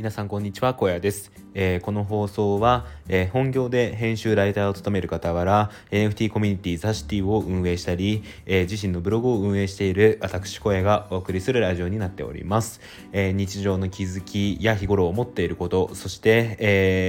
皆さんこんにちは、小屋です。この放送は、本業で編集ライターを務める傍ら NFT コミュニティザシティを運営したり、自身のブログを運営している私小屋がお送りするラジオになっております。日常の気づきや日頃思っていること、そして、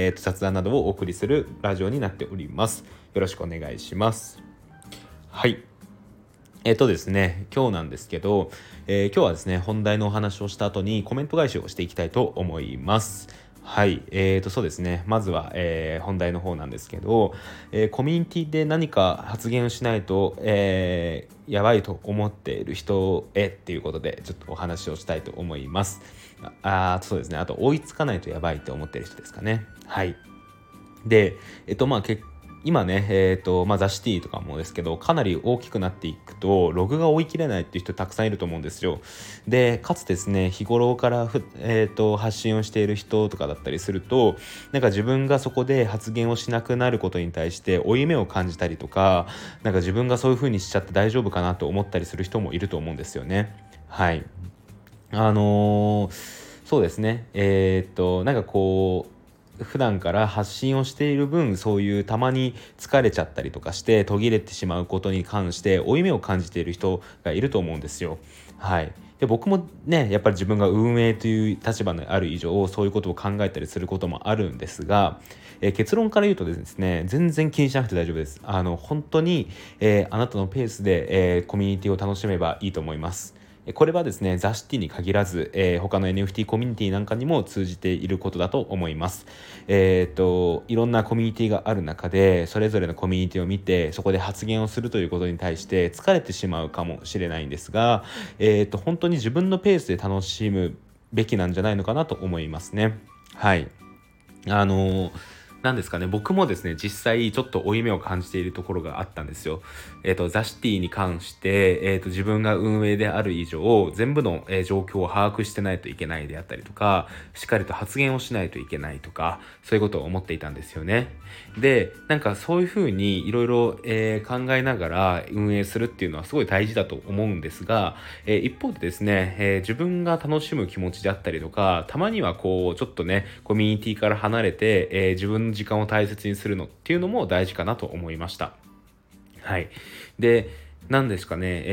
雑談などをお送りするラジオになっております。よろしくお願いします。はい。ですね、今日なんですけど、今日はですね、本題のお話をした後にコメント返しをしていきたいと思います。はい、そうですね、まずは、本題の方なんですけど、コミュニティで何か発言をしないと、やばいと思っている人へっていうことでちょっとお話をしたいと思います。そうですね、あと追いつかないとやばいと思っている人ですかね。はい。で、今ね、ザシティとかもですけど、かなり大きくなっていくと、ログが追い切れないっていう人たくさんいると思うんですよ。で、かつですね、日頃から発信をしている人とかだったりすると、なんか自分がそこで発言をしなくなることに対して負い目を感じたりとか、なんか自分がそういう風にしちゃって大丈夫かなと思ったりする人もいると思うんですよね。はい。そうですね。なんかこう普段から発信をしている分、そういうたまに疲れちゃったりとかして途切れてしまうことに関して負い目を感じている人がいると思うんですよ。はい。で、僕もね、やっぱり自分が運営という立場にある以上、そういうことを考えたりすることもあるんですが、結論から言うとですね、全然気にしなくて大丈夫です。本当に、あなたのペースで、コミュニティを楽しめばいいと思います。これはですね、ザシティに限らず、他の NFT コミュニティなんかにも通じていることだと思います。いろんなコミュニティがある中で、それぞれのコミュニティを見て、そこで発言をするということに対して疲れてしまうかもしれないんですが、本当に自分のペースで楽しむべきなんじゃないのかなと思いますね。はい。なんですかね、僕もですね、実際ちょっと負い目を感じているところがあったんですよ。ザシティに関して、自分が運営である以上、全部の、状況を把握してないといけないであったりとか、しっかりと発言をしないといけないとか、そういうことを思っていたんですよね。で、なんかそういうふうにいろいろ考えながら運営するっていうのはすごい大事だと思うんですが、一方でですね、自分が楽しむ気持ちであったりとか、たまにはこうちょっとねコミュニティから離れて、自分の時間を大切にするのっていうのも大事かなと思いました。はい。で、なんですかね、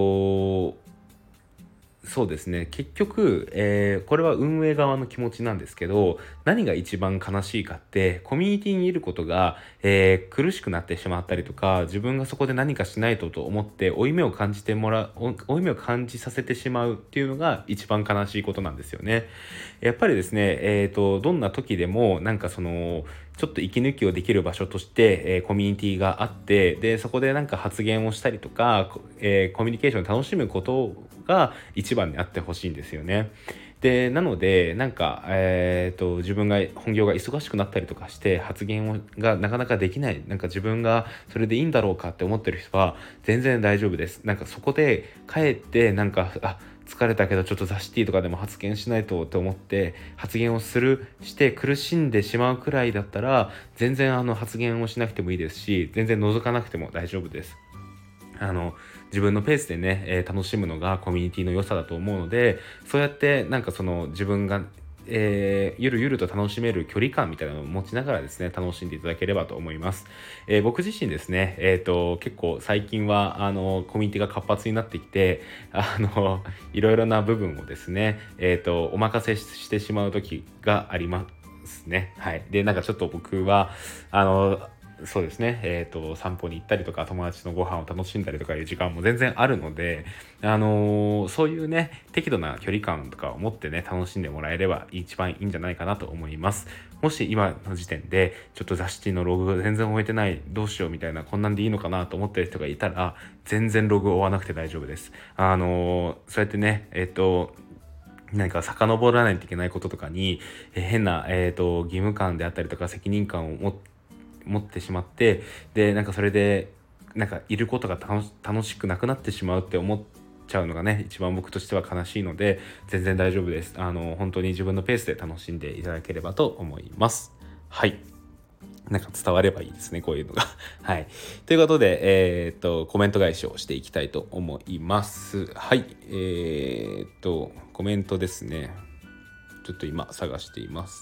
そうですね。結局、これは運営側の気持ちなんですけど、何が一番悲しいかって、コミュニティにいることが、苦しくなってしまったりとか、自分がそこで何かしないと思って、負い目を感じさせてしまうっていうのが一番悲しいことなんですよね。やっぱりですね、どんな時でも、なんかその、ちょっと息抜きをできる場所として、コミュニティがあって、で、そこでなんか発言をしたりとか、コミュニケーションを楽しむことが一番にあってほしいんですよね。で、なので、なんか、自分が本業が忙しくなったりとかして発言がなかなかできない、なんか自分がそれでいいんだろうかって思ってる人は全然大丈夫です。なんかそこで帰ってなんか、疲れたけどちょっとザシティとかでも発言しないとって思って発言をして苦しんでしまうくらいだったら全然発言をしなくてもいいですし、全然覗かなくても大丈夫です。自分のペースでね、楽しむのがコミュニティの良さだと思うので、そうやってなんかその自分がゆるゆると楽しめる距離感みたいなのを持ちながらですね、楽しんでいただければと思います。僕自身ですね、結構最近はコミュニティが活発になってきて、いろいろな部分をですね、お任せしてしまう時がありますね。はい。で、なんかちょっと僕はそうですね、散歩に行ったりとか友達のご飯を楽しんだりとかいう時間も全然あるので、そういうね適度な距離感とかを持ってね楽しんでもらえれば一番いいんじゃないかなと思います。もし今の時点でちょっとザシティのログが全然終えてない、どうしようみたいな、こんなんでいいのかなと思ってる人がいたら全然ログを追わなくて大丈夫です。そうやってね何か遡らないといけないこととかに、変な、義務感であったりとか責任感を持ってしまって、でなんかそれでなんかいることが楽しくなくなってしまうって思っちゃうのがね一番僕としては悲しいので、全然大丈夫です。本当に自分のペースで楽しんでいただければと思います。はい。なんか伝わればいいですね、こういうのが。はい。ということで、コメント返しをしていきたいと思います。はい。コメントですね。 ちょっと今探しています。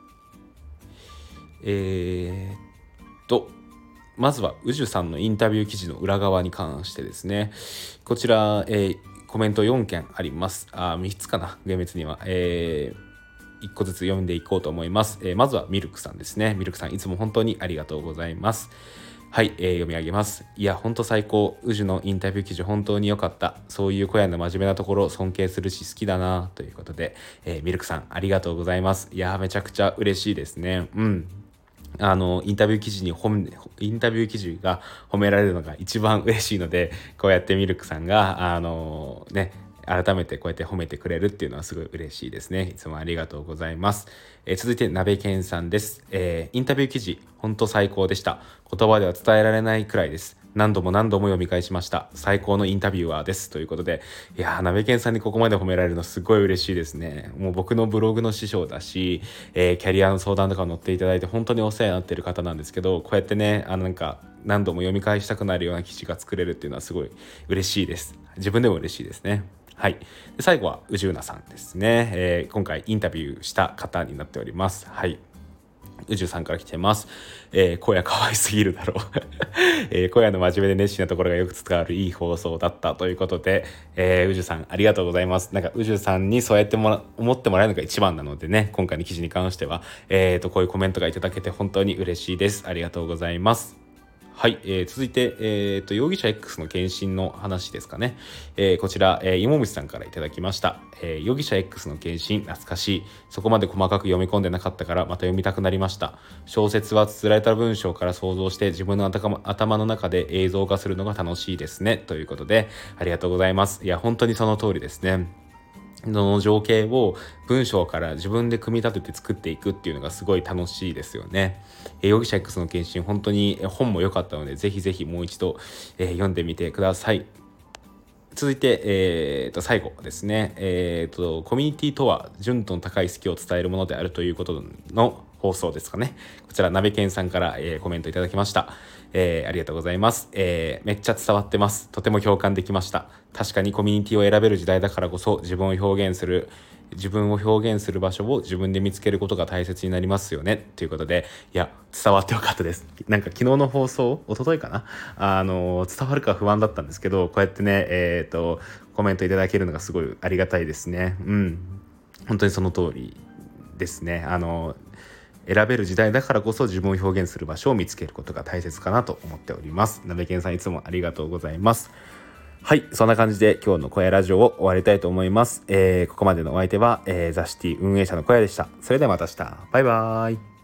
まずは宇治さんのインタビュー記事の裏側に関してですね、こちら、コメント4件あります。3つかな、厳密には。1個ずつ読んでいこうと思います。まずはミルクさんですね。ミルクさん、いつも本当にありがとうございます。はい、読み上げます。いや、本当最高。宇治のインタビュー記事本当に良かった。そういう小屋の真面目なところ尊敬するし好きだなということで、ミルクさんありがとうございます。いや、めちゃくちゃ嬉しいですね。インタビュー記事が褒められるのが一番嬉しいので、こうやってミルクさんが改めてこうやって褒めてくれるっていうのはすごい嬉しいですね。いつもありがとうございます。続いて鍋健さんです。インタビュー記事本当最高でした。言葉では伝えられないくらいです。何度も読み返しました。最高のインタビュアーですということで、いやー、鍋健さんにここまで褒められるのすごい嬉しいですね。もう僕のブログの師匠だし、キャリアの相談とか乗っていただいて本当にお世話になってる方なんですけど、こうやってね、何度も読み返したくなるような記事が作れるっていうのはすごい嬉しいです。自分でも嬉しいですね。はい、で最後は宇治うなさんですね。今回インタビューした方になっております。はい、宇治さんから来てます。荒野可愛すぎるだろう、荒野の真面目で熱心なところがよく伝わるいい放送だったということで、宇治さんありがとうございます。宇治さんにそうやって思ってもらえるのが一番なのでね、今回の記事に関しては、こういうコメントがいただけて本当に嬉しいです。ありがとうございます。はい、続いて、容疑者 X の検診の話ですかね。こちら、芋虫さんからいただきました。容疑者 X の検診懐かしい。そこまで細かく読み込んでなかったからまた読みたくなりました。小説は綴られた文章から想像して自分の頭の中で映像化するのが楽しいですね。ということでありがとうございます。いや本当にその通りですね。の情景を文章から自分で組み立てて作っていくっていうのがすごい楽しいですよね。容疑者 X の検診本当に本も良かったのでぜひぜひもう一度、読んでみてください。続いて、最後ですね、コミュニティとは純度の高い好きを伝えるものであるということの放送ですかね。こちら鍋健さんから、コメントいただきました。ありがとうございます。めっちゃ伝わってます。とても共感できました。確かにコミュニティを選べる時代だからこそ自分を表現する場所を自分で見つけることが大切になりますよねということで、いや伝わってよかったです。昨日の放送一昨日かな、伝わるか不安だったんですけど、こうやってねコメントいただけるのがすごいありがたいですね。本当にその通りですね。選べる時代だからこそ自分を表現する場所を見つけることが大切かなと思っております。なべけんさんいつもありがとうございます。はい、そんな感じで今日の小屋ラジオを終わりたいと思います。ここまでのお相手は、ザシティ運営者の小屋でした。それではまた明日。バイバーイ。